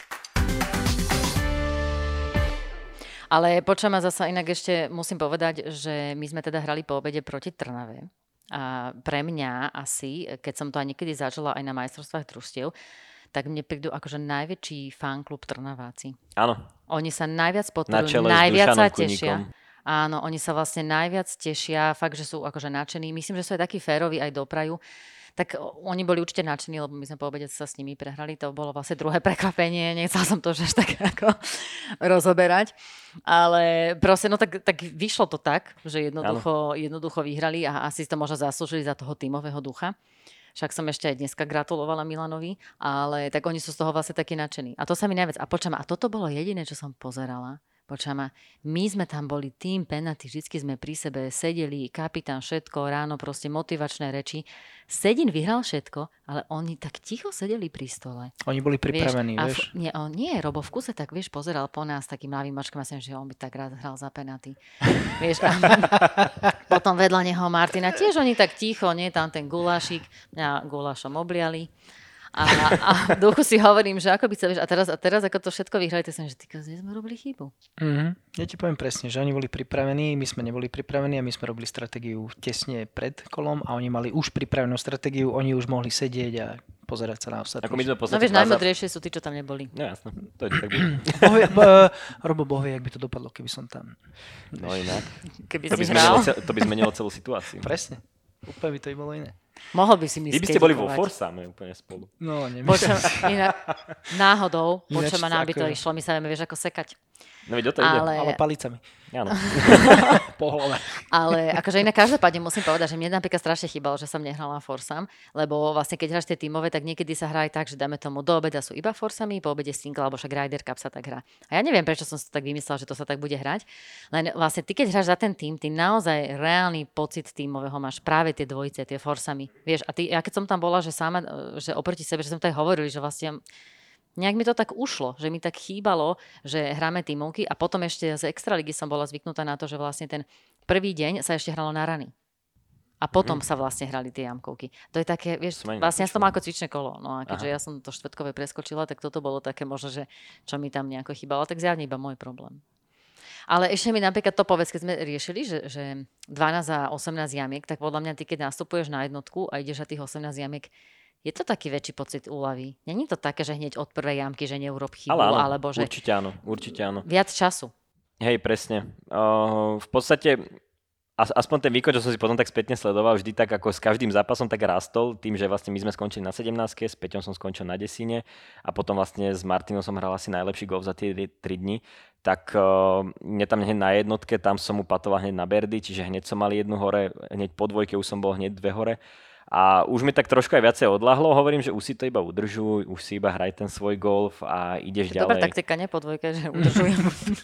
Ale počujem ma zasa inak ešte musím povedať, že my sme teda hrali po obede proti Trnave. A pre mňa asi, keď som to aj niekedy zažila aj na majstrovstvách družstiev, tak mne prídu akože najväčší fanklub Trnaváci. Áno. Oni sa najviac podporujú, najviac sa tešia. Áno, oni sa vlastne najviac tešia, fakt, že sú akože nadšení. Myslím, že sú aj takí féroví aj doprajú. Tak oni boli určite nadšení, lebo my sme po obede sa s nimi prehrali. To bolo vlastne druhé prekvapenie. Nechcela som to už až tak ako rozoberať. Ale proste, no tak, tak vyšlo to tak, že jednoducho, jednoducho vyhrali a asi to možno zaslúžili za toho tímového ducha. Však som ešte aj dneska gratulovala Milanovi, ale tak oni sú z toho vlastne takí nadšení. A to sa mi najviac... A počujem, a toto bolo jediné, čo som pozerala. Počujem ma, my sme tam boli tým penalty, vždycky sme pri sebe sedeli, kapitán všetko, ráno proste motivačné reči. Sedin vyhral všetko, ale oni tak ticho sedeli pri stole. Oni boli pripravení, vieš. vieš? Nie, on, nie, Robo v kuse tak, vieš, pozeral po nás takým mladým mačkom a že on by tak rád hral za penalty. Vieš, a potom vedľa neho Martina, tiež oni tak ticho, nie, tam ten gulášik, mňa gulášom obliali. A, a v duchu si hovorím, že ako by sa, vieš, a teraz, a teraz ako to všetko vyhrali, tak som, že týka, sme robili chybu. Mm-hmm. Ja ti poviem presne, že oni boli pripravení, my sme neboli pripravení a my sme robili stratégiu tesne pred kolom a oni mali už pripravenú stratégiu, oni už mohli sedieť a pozerať sa na ostatných. Ako my sme no vieš, najmodrejšie sú tí, čo tam neboli. No jasno, to je tak bude. Robo, Boh vie, jak by to dopadlo, keby som tam. No inak. Keby to, by si hral. cel, to by zmenilo celú situáciu. Presne. Úplne by to i bolo iné. Mohol by si mi skedikovať. Vy by ste boli vo Forsame úplne spolu. No, nemyslím si. Náhodou, počujem, nám by to išlo, my sa vieme, vieš, ako sekať. No veď o to ide. Ale, ale palicami. Áno. Po hlave. Ale akože inak každopádne musím povedať, že mne napríklad strašne chýbalo, že som nehrala Forsam, lebo vlastne keď hráš tie tímové, tak niekedy sa hrá aj tak, že dáme tomu do obeda sú iba Forsamy, po obede single, alebo však Ryder Cup sa tak hrá. A ja neviem, prečo som si tak vymyslela, že to sa tak bude hrať. Len vlastne ty, keď hráš za ten tým, ty naozaj reálny pocit tímového máš práve tie dvojice, tie Forsamy. Vieš, a ty, ja keď som tam bola, že sama, že oproti sebe, že som tak hovorili, že vlastne nejak mi to tak ušlo, že mi tak chýbalo, že hráme tímovky a potom ešte z extraligy som bola zvyknutá na to, že vlastne ten prvý deň sa ešte hralo na rany. A potom mm. sa vlastne hrali tie jamkovky. To je také, vieš, vlastne ja som ako cvičné kolo. No a keďže Aha. ja som to štvrtkové preskočila, tak toto bolo také možno, že čo mi tam nejako chýbalo, tak zjavne iba môj problém. Ale ešte mi napríklad to povedz, keď sme riešili, že, že dvanásť a osemnásť jamiek, tak podľa mňa ty, keď nastupuješ na jednotku a ideš na tých osemnásť jamiek, je to taký väčší pocit úľavy? Není to také, že hneď od prvej jamky, že neurob chybu? Ale áno, alebo že určite áno, určite áno. Viac času. Hej, presne. Uh, v podstate, aspoň ten výkon, čo som si potom tak spätne sledoval, vždy tak ako s každým zápasom tak rastol, tým, že vlastne my sme skončili na sedemnástke, s Peťom som skončil na desine a potom vlastne s Martinom som hral asi najlepší gól za tie tri dni. Tak uh, mne tam hneď na jednotke, tam som upatoval hneď na berdy, čiže hneď som mal jednu hore, hneď po dvojke už som bol hneď dve hore. A už mi tak trošku aj viacej odľahlo, hovorím, že už si to iba udržuj, už si iba hraj ten svoj golf a ideš ďalej. Dobrá taktika, ne po dvojke, že udržujem.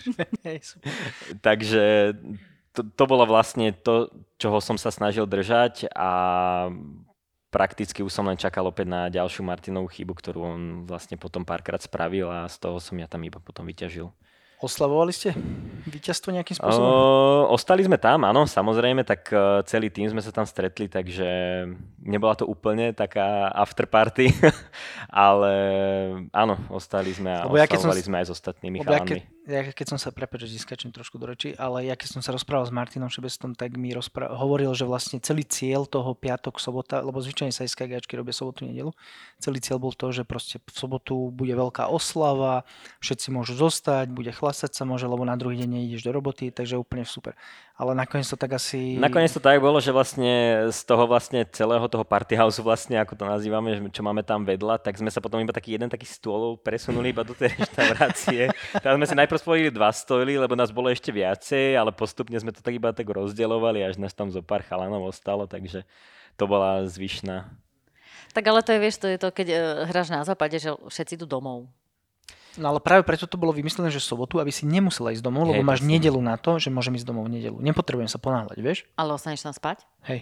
Takže to, to bolo vlastne to, čoho som sa snažil držať a prakticky už som len čakal opäť na ďalšiu Martinovú chybu, ktorú on vlastne potom párkrát spravil a z toho som ja tam iba potom vyťažil. Oslavovali ste víťazstvo nejakým spôsobom? O, ostali sme tam, áno, samozrejme, tak celý tým sme sa tam stretli, takže nebola to úplne taká afterparty, ale áno, ostali sme a ja oslavovali som, sme aj s ostatnými chalanmi. Ja, ja keď som sa, prepáč, že skáčem trošku do reči, ale ja keď som sa rozprával s Martinom Šebestom, tak mi rozpra- hovoril, že vlastne celý cieľ toho piatok, sobota, lebo zvyčajne sa SKGačky robia sobotu, nedelu, celý cieľ bol to, že proste v sobotu bude veľká oslava, všetci môžu zostať, bude chlasať sa môže, lebo na druhý deň neideš do roboty, takže úplne super. Ale nakoniec to tak asi... Nakoniec to tak bolo, že vlastne z toho vlastne celého toho party house vlastne, ako to nazývame, čo máme tam vedľa, tak sme sa potom iba taký jeden taký stôlov presunuli iba do tej reštaurácie. Tam sme si najprv spojili dva stoly, lebo nás bolo ešte viacej, ale postupne sme to tak iba tak rozdeľovali, až nás tam zo pár chalanov ostalo, takže to bola zvyšná. Tak ale to je, vieš, to je to, keď uh, hráš na západe, že všetci idú domov. No ale práve preto to bolo vymyslené, že sobotu, aby si nemusela ísť domov, lebo Hej, máš nedelu na to, že môžem ísť domov v nedelu. Nepotrebujem sa ponáhľať, vieš? Ale ostaneš tam spať? Hej.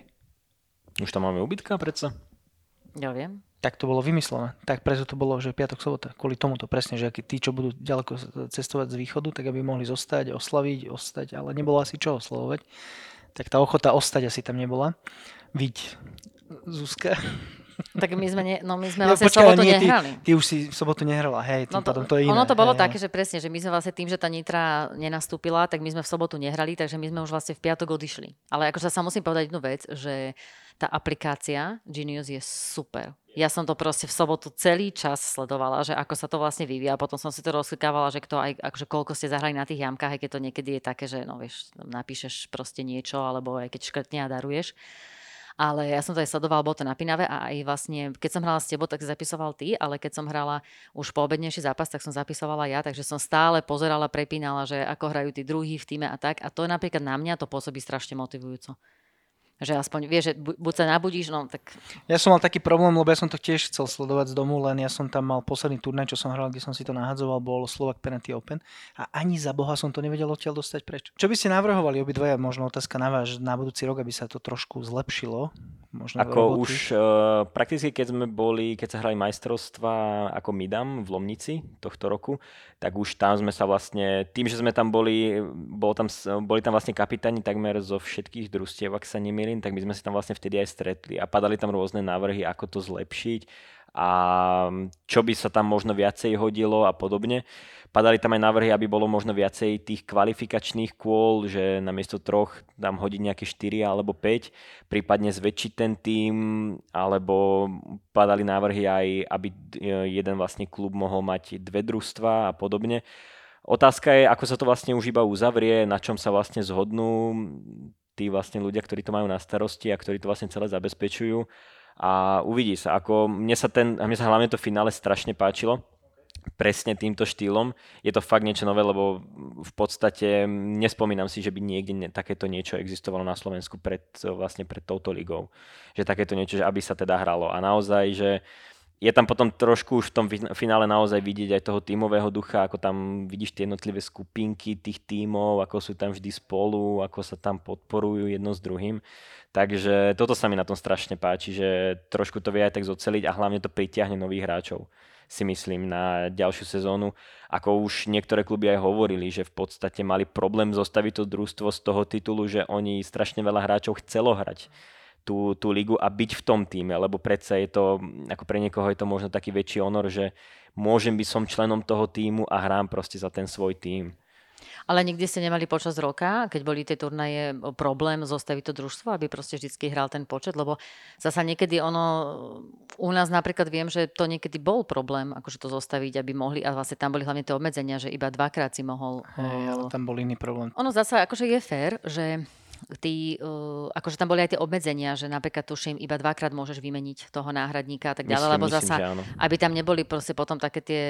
Už tam máme ubytka predsa. Ja viem. Tak to bolo vymyslené. Tak preto to bolo, že piatok, sobota. Kvôli tomuto presne, že akí tí, čo budú ďaleko cestovať z východu, tak aby mohli zostať, oslaviť, ostať, ale nebolo asi čo oslavovať. Tak tá ochota ostať asi tam nebola. Vidť Zuzka. Tak my sme, ne, no my sme no, vlastne počkaj, sobotu nie, nehrali. Ty, ty už si sobotu nehrala, hej, tým no to, pádom to je iné. Ono to bolo hej, také, že presne, že my sme vlastne tým, že tá Nitra nenastúpila, tak my sme v sobotu nehrali, takže my sme už vlastne v piatok odišli. Ale akože sa musím povedať jednu vec, že tá aplikácia Genius je super. Ja som to proste v sobotu celý čas sledovala, že ako sa to vlastne vyvíja. Potom som si to rozklikávala, že kto aj, akože koľko ste zahrali na tých jamkách, aj keď to niekedy je také, že no vieš, napíšeš proste niečo, alebo aj keď škrtne a daruješ. Ale ja som to aj sledovala, bolo to napínavé a aj vlastne, keď som hrala s tebou, tak zapisoval ty, ale keď som hrala už poobednejší zápas, tak som zapisovala ja, takže som stále pozerala, prepínala, že ako hrajú tí druhí v týme a tak. A to napríklad na mňa to pôsobí strašne motivujúco. Že aspoň vieš, že buď sa nabudíš, no tak... Ja som mal taký problém, lebo ja som to tiež chcel sledovať z domu, len ja som tam mal posledný turnaj, čo som hral, kde som si to nahadzoval, bol Slovak Penalty Open a ani za boha som to nevedel odtiaľ dostať preč. Čo by ste navrhovali obidvaja, možno otázka na váš, na budúci rok, aby sa to trošku zlepšilo? Možno ako už uh, prakticky, keď sme boli, keď sa hrali majstrovstvá ako Midam v Lomnici tohto roku, tak už tam sme sa vlastne, tým, že sme tam boli, bol tam, boli tam vlastne kapitáni takmer zo všetkých družstiev, ak sa nemýlim, tak my sme sa tam vlastne vtedy aj stretli a padali tam rôzne návrhy, ako to zlepšiť a čo by sa tam možno viacej hodilo a podobne. Padali tam aj návrhy, aby bolo možno viacej tých kvalifikačných kôl, že namiesto troch tam hodiť nejaké štyri alebo päť, prípadne zväčšiť ten tím, alebo padali návrhy aj, aby jeden vlastne klub mohol mať dve družstva a podobne. Otázka je, ako sa to vlastne už iba uzavrie, na čom sa vlastne zhodnú tí vlastne ľudia, ktorí to majú na starosti a ktorí to vlastne celé zabezpečujú. A uvidí sa, ako mne sa, ten, mne sa hlavne to finále strašne páčilo. Presne týmto štýlom. Je to fakt niečo nové, lebo v podstate nespomínam si, že by niekde ne, takéto niečo existovalo na Slovensku pred, vlastne pred touto ligou. Že takéto niečo, že aby sa teda hralo. A naozaj, že je tam potom trošku už v tom finále naozaj vidieť aj toho tímového ducha, ako tam vidíš tie jednotlivé skupinky tých tímov, ako sú tam vždy spolu, ako sa tam podporujú jedno s druhým. Takže toto sa mi na tom strašne páči, že trošku to vie aj tak zoceliť a hlavne to pritiahne nových hráčov, si myslím, na ďalšiu sezónu. Ako už niektoré kluby aj hovorili, že v podstate mali problém zostaviť to družstvo z toho titulu, že oni strašne veľa hráčov chcelo hrať tú, tú ligu a byť v tom týme, lebo predsa je to, ako pre niekoho je to možno taký väčší honor, že môžem byť som členom toho týmu a hrám proste za ten svoj tím. Ale nikdy ste nemali počas roka, keď boli tie turnaje, problém zostaviť to družstvo, aby proste vždycky hral ten počet, lebo zasa niekedy ono, u nás napríklad viem, že to niekedy bol problém, akože to zostaviť, aby mohli, a vlastne tam boli hlavne tie obmedzenia, že iba dvakrát si mohol... Hey, ale tam bol iný problém. Ono zasa akože je fér, že... Tí, uh, akože tam boli aj tie obmedzenia, že napríklad tuším, iba dvakrát môžeš vymeniť toho náhradníka a tak ďalej, lebo myslím, zasa, aby tam neboli proste potom také tie,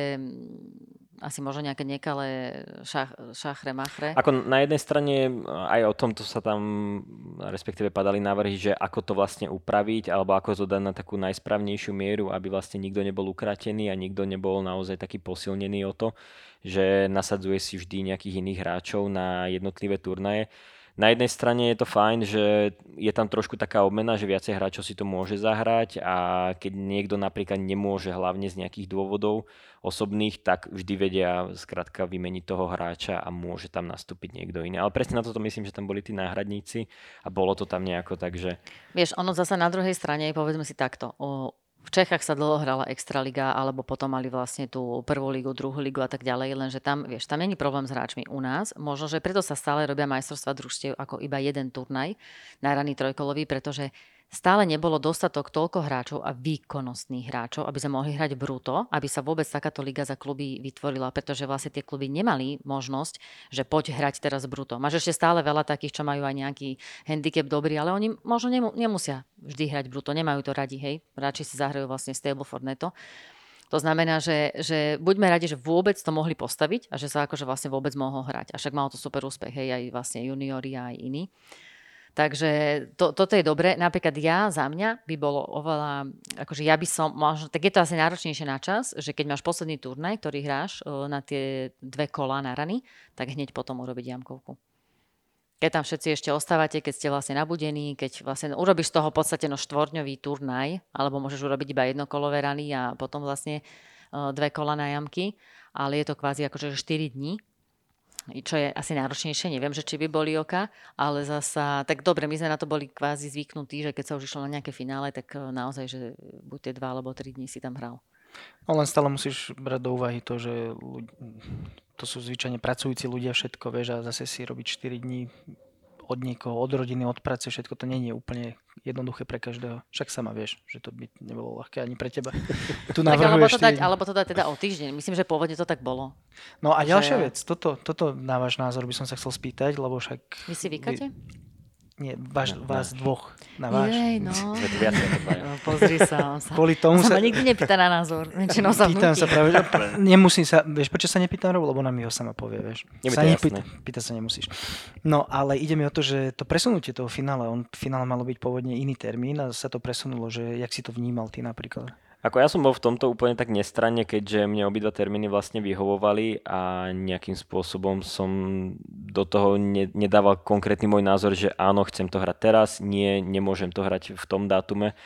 asi možno nejaké nekalé šach, šachre, machre. Ako na jednej strane aj o tomto sa tam respektíve padali návrhy, že ako to vlastne upraviť, alebo ako to dať na takú najsprávnejšiu mieru, aby vlastne nikto nebol ukratený a nikto nebol naozaj taký posilnený o to, že nasadzuje si vždy nejakých iných hráčov na jednotlivé turnaje. Na jednej strane je to fajn, že je tam trošku taká obmena, že viacej hráčov si to môže zahrať a keď niekto napríklad nemôže hlavne z nejakých dôvodov osobných, tak vždy vedia skrátka vymeniť toho hráča a môže tam nastúpiť niekto iný. Ale presne na toto myslím, že tam boli tí náhradníci a bolo to tam nejako tak, že... Vieš, ono zasa na druhej strane, povedzme si takto, o... V Čechách sa dlho hrala Extraliga, alebo potom mali vlastne tú prvú ligu, druhú ligu a tak ďalej, lenže tam, vieš, tam není problém s hráčmi u nás. Možno, že preto sa stále robia majstrovstvá družstiev ako iba jeden turnaj na raný trojkolový, pretože stále nebolo dostatok toľko hráčov a výkonnostných hráčov, aby sa mohli hrať bruto, aby sa vôbec takáto liga za kluby vytvorila, pretože vlastne tie kluby nemali možnosť, že poď hrať teraz bruto. Máš ešte stále veľa takých, čo majú aj nejaký handicap dobrý, ale oni možno nemu, nemusia vždy hrať bruto, nemajú to radi, hej. Radšej si zahrajú vlastne stable for neto. To znamená, že, že buďme radi, že vôbec to mohli postaviť a že sa akože vlastne vôbec mohol hrať. A však malo to super úspech, hej, aj vlastne juniori a aj iní. Takže to, toto je dobre. Napríklad ja, za mňa by bolo oveľa, akože ja by som, možno, tak je to asi náročnejšie na čas, že keď máš posledný turnaj, ktorý hráš na tie dve kola na rany, tak hneď potom urobiť jamkovku. Keď tam všetci ešte ostávate, keď ste vlastne nabudení, keď vlastne urobíš z toho v podstate no štvorňový turnaj, alebo môžeš urobiť iba jednokolové rany a potom vlastne dve kola na jamky, ale je to kvázi akože štyri dní. Čo je asi náročnejšie, neviem, že či by boli oka, ale zasa, tak dobre, my sme na to boli kvázi zvyknutí, že keď sa už išlo na nejaké finále, tak naozaj, že buď tie dva alebo tri dní si tam hral. No len stále musíš brať do úvahy to, že ľudí, to sú zvyčajne pracujúci ľudia všetko, vieš, a zase si robiť štyri dní od niekoho, od rodiny, od práce, všetko to nie je úplne jednoduché pre každého. Však sama vieš, že to by nebolo ľahké ani pre teba. Tu alebo, to dať, alebo to dať teda o týždeň. Myslím, že pôvodne to tak bolo. No a ďalšia že... vec, toto, toto na váš názor by som sa chcel spýtať, lebo však... Vy si vykate? Vy... Nie, váš, no, vás no. dvoch. Na váš. Jej, no. Sme tu viac ako dvaja. No, pozri sa, on sa, Kvôli tomu on sa sa... ma nikdy nepýta na názor. Väčšinou sa Pýtam vnúti. sa práve, že nemusím sa, vieš, prečo sa nepýtam, Robo, lebo nám ho sama povie, vieš. Je mi Sa to nepýta, jasné. pýta sa nemusíš. No, ale ide mi o to, že to presunutie toho finále, on v finále malo byť pôvodne iný termín a sa to presunulo, že jak si to vnímal ty napríklad? Ako ja som bol v tomto úplne tak nestranne, keďže mne obidva termíny vlastne vyhovovali a nejakým spôsobom som do toho ne, nedával konkrétny môj názor, že áno, chcem to hrať teraz, nie, nemôžem to hrať v tom dátume.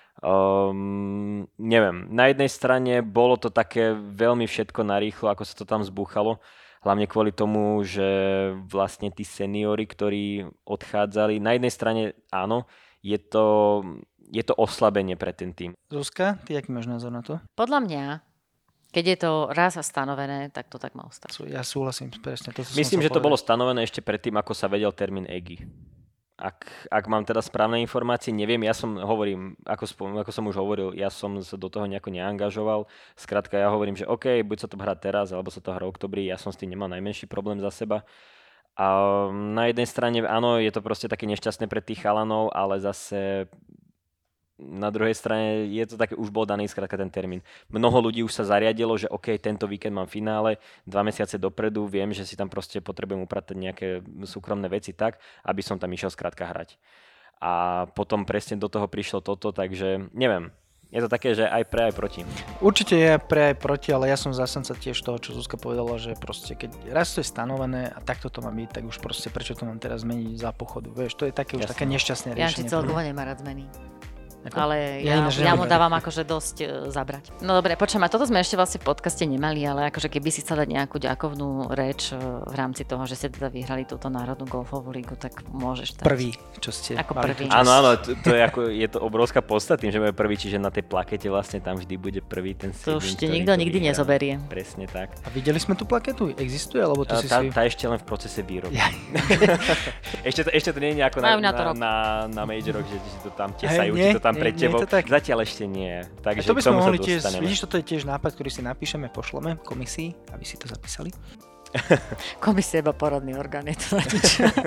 Um, neviem, na jednej strane bolo to také veľmi všetko narýchlo, ako sa to tam zbúchalo, hlavne kvôli tomu, že vlastne tí seniori, ktorí odchádzali, na jednej strane áno, je to... je to oslabenie pre ten tým. Zuzka, ty aký máš názor na to? Podľa mňa, keď je to raz stanovené, tak to tak má ostať. Ja súhlasím presne. To, Myslím, že to bolo stanovené ešte predtým, ako sa vedel termín é gé. Ak, ak mám teda správne informácie, neviem, ja som, hovorím, ako, spom- ako som už hovoril, ja som sa do toho nejako neangažoval. Skrátka, ja hovorím, že OK, buď sa to hrá teraz, alebo sa to hrá v oktobri, ja som s tým nemal najmenší problém za seba. A na jednej strane, áno, je to proste také nešťastné pre tých chalanov, ale zase... Na druhej strane je to také, už bol daný skrátka ten termín. Mnoho ľudí už sa zariadilo, že OK, tento víkend mám finále, dva mesiace dopredu, viem, že si tam proste potrebujem upratať nejaké súkromné veci tak, aby som tam išiel skrátka hrať. A potom presne do toho prišlo toto, takže neviem. Je to také, že aj pre, aj proti. Určite je pre, aj proti, ale ja som zástanca tiež toho, čo Zuzka povedala, že proste keď raz to je stanovené a takto to má byť, tak už proste prečo to mám teraz zmeniť za pochodu, vieš, to je také už Jasne. také nešťastné riešenie. Janči celkovo nemá rád zmeny. Ako? Ale Ja ja, ináč ja mu neviem. dávam akože dosť uh, zabrať. No dobre, počujem, a toto sme ešte vlastne v podcaste nemali, ale akože keby si chcel dať nejakú ďakovnú reč uh, v rámci toho, že ste teda vyhrali túto národnú golfovú lígu, tak môžeš dať. Prvý, čo ste Ako mali prvý. tú časť. Áno, áno, to, to je, ako, je to obrovská podstata tým, že máme prvý, čiže na tej plakete vlastne tam vždy bude prvý ten To sedem, už ti ktorý nikto to nikdy vyhrá. nezoberie. Presne tak. A videli sme tú plaketu? Existuje? Alebo to A si tá, si... tá ešte len v procese výroby. Ja. ešte, to, ešte to nie je nejako na, Majú na to na, rok. na, na majoroch, že si to tam Hej, tesajú, nie, či to tam nie, pre nie je tebou. to tak. Zatiaľ ešte nie. A Takže to by k sme tomu sa mohli tiež, dostaneme. vidíš, toto je tiež nápad, ktorý si napíšeme, pošleme komisii, aby si to zapísali. Komisia iba poradný orgán, je to nič.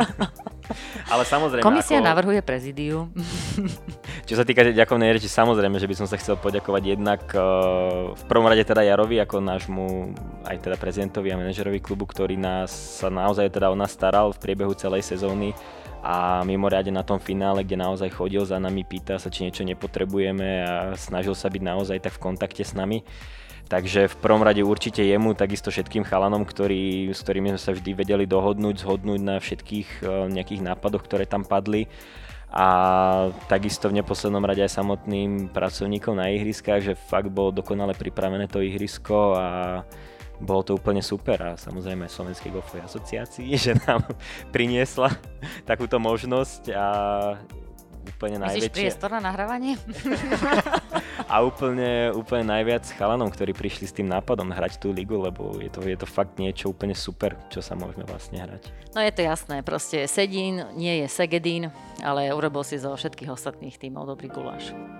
Ale samozrejme, Komisia ako, navrhuje prezidiu. čo sa týka tej ďakovnej reči, samozrejme, že by som sa chcel poďakovať jednak uh, v prvom rade teda Jarovi, ako nášmu aj teda prezidentovi a manažerovi klubu, ktorý nás sa naozaj teda o nás staral v priebehu celej sezóny a mimoriadne na tom finále, kde naozaj chodil za nami, pýta sa, či niečo nepotrebujeme a snažil sa byť naozaj tak v kontakte s nami. Takže v prvom rade určite jemu, takisto všetkým chalanom, ktorí, s ktorými sme sa vždy vedeli dohodnúť, zhodnúť na všetkých uh, nejakých nápadoch, ktoré tam padli. A takisto v neposlednom rade aj samotným pracovníkom na ihriskách, že fakt bolo dokonale pripravené to ihrisko a bolo to úplne super a samozrejme Slovenskej golfovej asociácii, že nám priniesla takúto možnosť a úplne Myslíš najväčšie. priestor na nahrávanie? A úplne, úplne najviac chalanom, ktorí prišli s tým nápadom hrať tú ligu, lebo je to, je to fakt niečo úplne super, čo sa môžeme vlastne hrať. No je to jasné, proste Sedín nie je Segedín, ale urobil si zo všetkých ostatných tímov dobrý guláš.